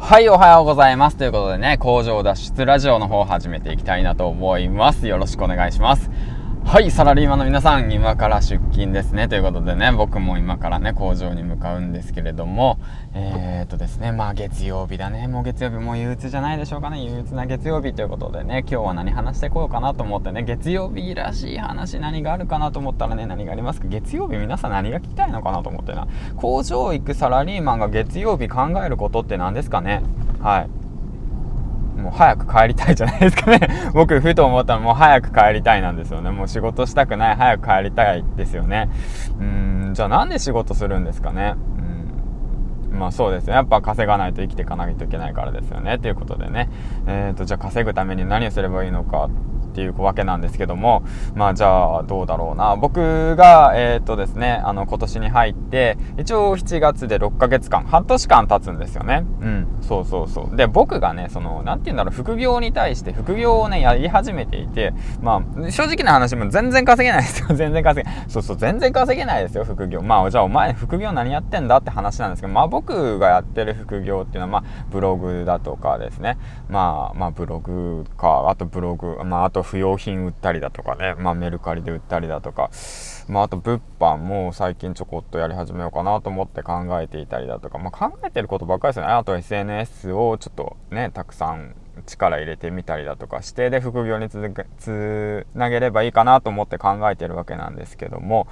はい、おはようございます。ということでね、工場脱出ラジオの方を始めていきたいなと思います。よろしくお願いします。はい、サラリーマンの皆さん、今から出勤ですね。ということでね、僕も今からね、工場に向かうんですけれども、ですね、月曜日だね。もう月曜日も憂鬱じゃないでしょうかね。憂鬱な月曜日ということでね、今日は何話していこうかなと思ってね、月曜日らしい話何があるかなと思ったらね、何がありますか？月曜日皆さん何が聞きたいのかなと思ってな。工場行くサラリーマンが月曜日考えることって何ですかね？はい。もう早く帰りたいじゃないですかね僕ふと思ったらもう早く帰りたいなんですよね。もう仕事したくない、早く帰りたいですよね。じゃあなんで仕事するんですかね。そうですね、やっぱ稼がないと生きていかないといけないからですよね。ということでね、じゃあ稼ぐために何をすればいいのかっていうわけなんですけども、じゃあどうだろうな。僕がですね、今年に入って一応7月で6ヶ月間半年間経つんですよね。そうで、僕がね、なんて言うんだろう、副業に対して副業をねやり始めていて、正直な話も全然稼げないですよ全然稼げないですよ、副業。じゃあお前副業何やってんだって話なんですけど、僕がやってる副業っていうのはブログだとかですね、ブログか、あとブログ、あと不用品売ったりだとかね、メルカリで売ったりだとか、あと物販も最近ちょこっとやり始めようかなと思って考えていたりだとか、考えてることばっかりですよね。あと SNS をちょっとね、たくさん力入れてみたりだとかして、で副業につなげればいいかなと思って考えてるわけなんですけども、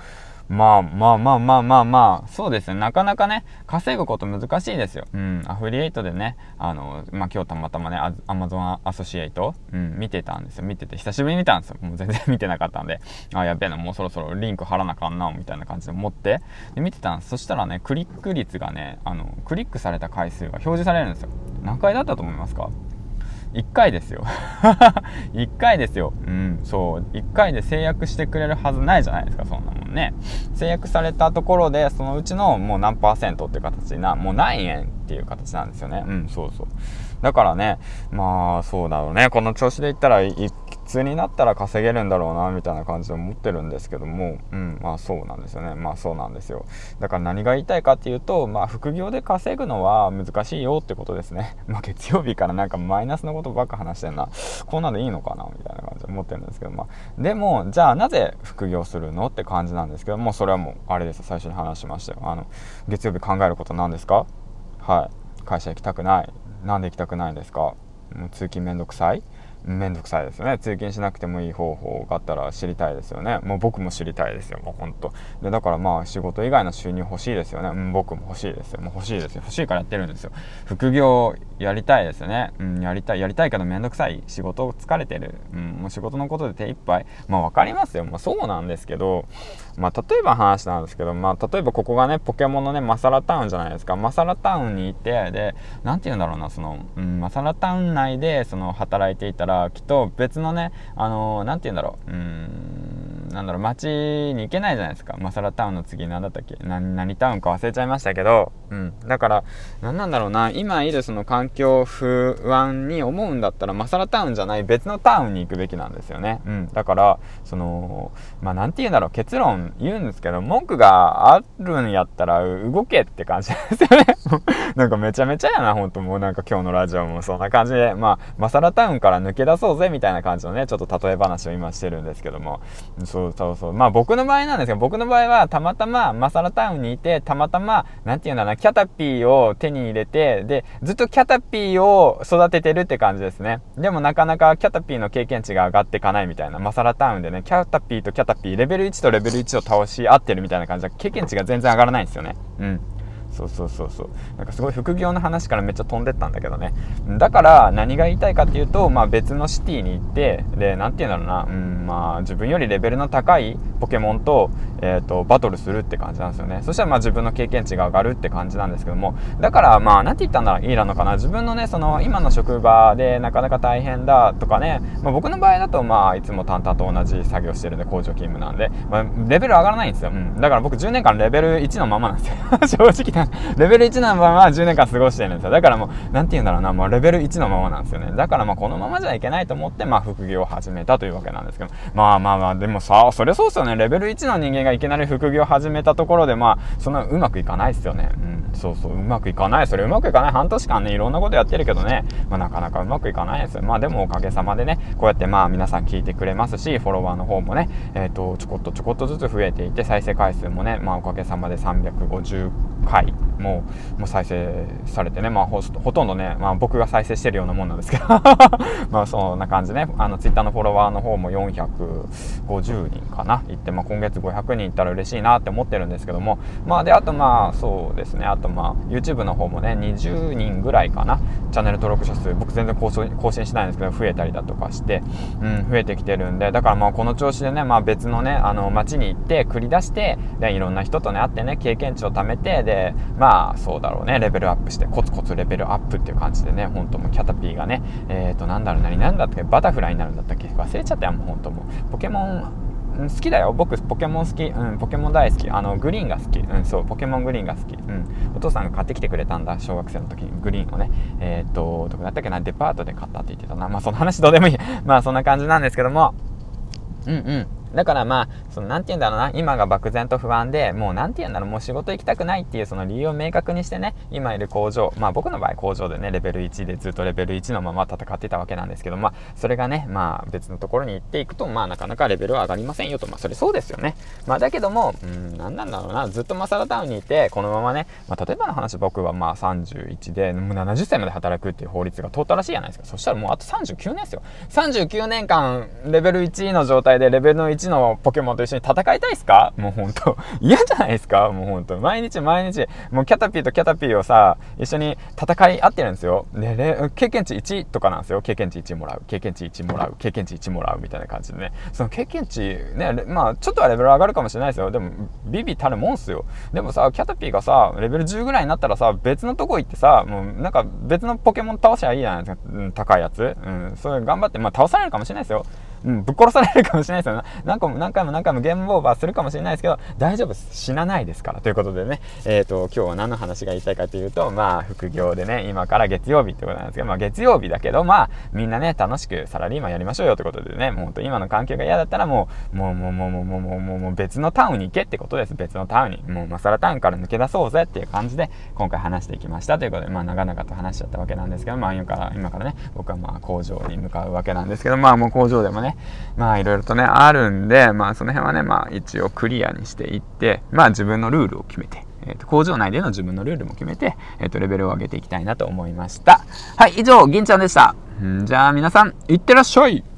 そうですね、なかなかね稼ぐこと難しいですよ。アフリエイトでね、今日たまたまねAmazon アソシエイト、見てて久しぶりに見たんですよ。もう全然見てなかったんで、やべえな、もうそろそろリンク貼らなあかんなみたいな感じで思ってで見てたんです。そしたらね、クリック率がね、クリックされた回数が表示されるんですよ。何回だったと思いますか？1回ですよ1回ですよ。そう1回で制約してくれるはずないじゃないですか、そんなもんね。制約されたところでそのうちのもう何%っていう形な、もう何円っていう形なんですよね。そうだからね、そうだろうね、この調子でいったらいくつになったら稼げるんだろうなみたいな感じで思ってるんですけども、そうなんですよね。そうなんですよ。だから何が言いたいかっていうと、副業で稼ぐのは難しいよってことですね。月曜日からなんかマイナスのことばっか話してんな、こんなんでいいのかなみたいな感じで思ってるんですけど、でもじゃあなぜ副業するのって感じなんですけども、それはもうあれです。最初に話しましたよ。月曜日考えることなんですか？会社行きたくない。なんで行きたくないんですか？もう通勤めんどくさいですよね。通勤しなくてもいい方法があったら知りたいですよね。もう僕も知りたいですよ、もう本当で。だから仕事以外の収入欲しいですよね。僕も欲しいですよ。欲しいからやってるんですよ。副業やりたいですよね。やりたいけどめんどくさい。仕事疲れてる。もう仕事のことで手一杯。わかりますよ。そうなんですけど、例えば話なんですけど、例えばここがね、ポケモンのね、マサラタウンじゃないですか。マサラタウンにいて、で、なんて言うんだろうな、マサラタウン内で働いていたら、きっと別のね、なんて言うんだろう、街に行けないじゃないですか。マサラタウンの次何だったっけ、何タウンか忘れちゃいましたけど、だからなんだろうな、今いるその環境不安に思うんだったらマサラタウンじゃない別のタウンに行くべきなんですよね。だからなんて言うんだろう、結論言うんですけど、文句があるんやったら動けって感じですよねなんかめちゃめちゃやな、本当。もうなんか今日のラジオもそんな感じで、マサラタウンから抜け出そうぜみたいな感じのね、ちょっと例え話を今してるんですけども、僕の場合なんですけど、僕の場合はたまたまマサラタウンにいて、たまたまなんていうんだな、キャタピーを手に入れて、でずっとキャタピーを育ててるって感じですね。でもなかなかキャタピーの経験値が上がっていかないみたいな。マサラタウンでね、キャタピーとキャタピーレベル1とレベル1を倒し合ってるみたいな感じで、経験値が全然上がらないんですよね。そうなんかすごい副業の話からめっちゃ飛んでったんだけどね。だから何が言いたいかっていうと、別のシティに行って、でなんていうんだろうな、自分よりレベルの高いポケモンとバトルするって感じなんですよね。そしたら自分の経験値が上がるって感じなんですけども、だからなんて言ったんだいいのかな、自分のね、今の職場でなかなか大変だとかね、僕の場合だといつも淡々と同じ作業してるんで、工場勤務なんで、レベル上がらないんですよ。だから僕10年間レベル1のままなんですよ正直レベル1のまま10年間過ごしてるんですよ。だからもうなんて言うんだろうな、レベル1のままなんですよね。だからこのままじゃいけないと思って副業を始めたというわけなんですけど、 まあでもさ、それそうっすよね。レベル1の人間がいきなり副業始めたところで、そんなうまくいかないっすよね。そううまくいかない。それうまくいかない。半年間ね、いろんなことやってるけどね、なかなかうまくいかないです。でもおかげさまでね、こうやって皆さん聞いてくれますし、フォロワーの方もね、ちょこっとずつ増えていて、再生回数もね、おかげさまで350回もう再生されてね、ほとんどね、僕が再生してるようなもんなんですけどそんな感じね。ツイッターのフォロワーの方も450人かないって、今月500人いったら嬉しいなって思ってるんですけども、であとそうですね、あとYouTube の方もね20人ぐらいかな、チャンネル登録者数僕全然更新しないんですけど増えたりだとかして、増えてきてるんで、だからこの調子でね、別のね街に行って繰り出して、でいろんな人とね会ってね経験値を貯めて、でそうだろうね、レベルアップしてコツコツレベルアップっていう感じでね、本当もうキャタピーがねなんだろう、何だったっけ、バタフライになるんだったっけ、忘れちゃったよ。もう本当もうポケモン好きだよ。僕ポケモン好き、ポケモン大好き。グリーンが好き。そうポケモングリーンが好き。お父さんが買ってきてくれたんだ、小学生の時にグリーンをね。どこだったっけな、デパートで買ったって言ってたな。その話どうでもいい。そんな感じなんですけども、だからなんて言うんだろうな、今が漠然と不安で、もうなんて言うんだろう、もう仕事行きたくないっていうその理由を明確にしてね、今いる工場、僕の場合工場でねレベル1でずっとレベル1のまま戦ってたわけなんですけど、それがね別のところに行っていくとなかなかレベルは上がりませんよと、それそうですよね。だけどもなんだろうな、ずっとマサラタウンにいてこのままね、例えばの話、僕は31でもう70歳まで働くっていう法律が通ったらしいじゃないですか。そしたらもうあと39年ですよ。39年間レベル1の状態でレベルの1のポケモンと一緒に戦いたいですか？もうほんと嫌じゃないですか。もうほんと毎日もうキャタピーをさ一緒に戦い合ってるんですよ。で経験値1とかなんですよ。経験値1もらう、経験値1もらう、経験値1もらうみたいな感じでね、その経験値ね、ちょっとはレベル上がるかもしれないですよ。でもビビたるもんっすよ。でもさ、キャタピーがさレベル10ぐらいになったらさ、別のとこ行ってさ、もうなんか別のポケモン倒しゃいいじゃないですか。高いやつ、それ頑張って倒されるかもしれないですよ。ぶっ殺されるかもしれないですよ。何回もゲームオーバーするかもしれないですけど、大丈夫です。死なないですから。ということでね、今日は何の話が言いたいかというと、副業でね、今から月曜日ってことなんですけど、月曜日だけど、みんなね、楽しくサラリーマンやりましょうよってことでね、もう本当今の環境が嫌だったらもう別のタウンに行けってことです。別のタウンに。もうマサラタウンから抜け出そうぜっていう感じで、今回話していきましたということで、長々と話しちゃったわけなんですけど、今からね、僕は工場に向かうわけなんですけど、もう工場でもね、いろいろとねあるんで、その辺はね一応クリアにしていって、自分のルールを決めて、工場内での自分のルールも決めて、レベルを上げていきたいなと思いました。はい、以上銀ちゃんでした。じゃあ皆さんいってらっしゃい。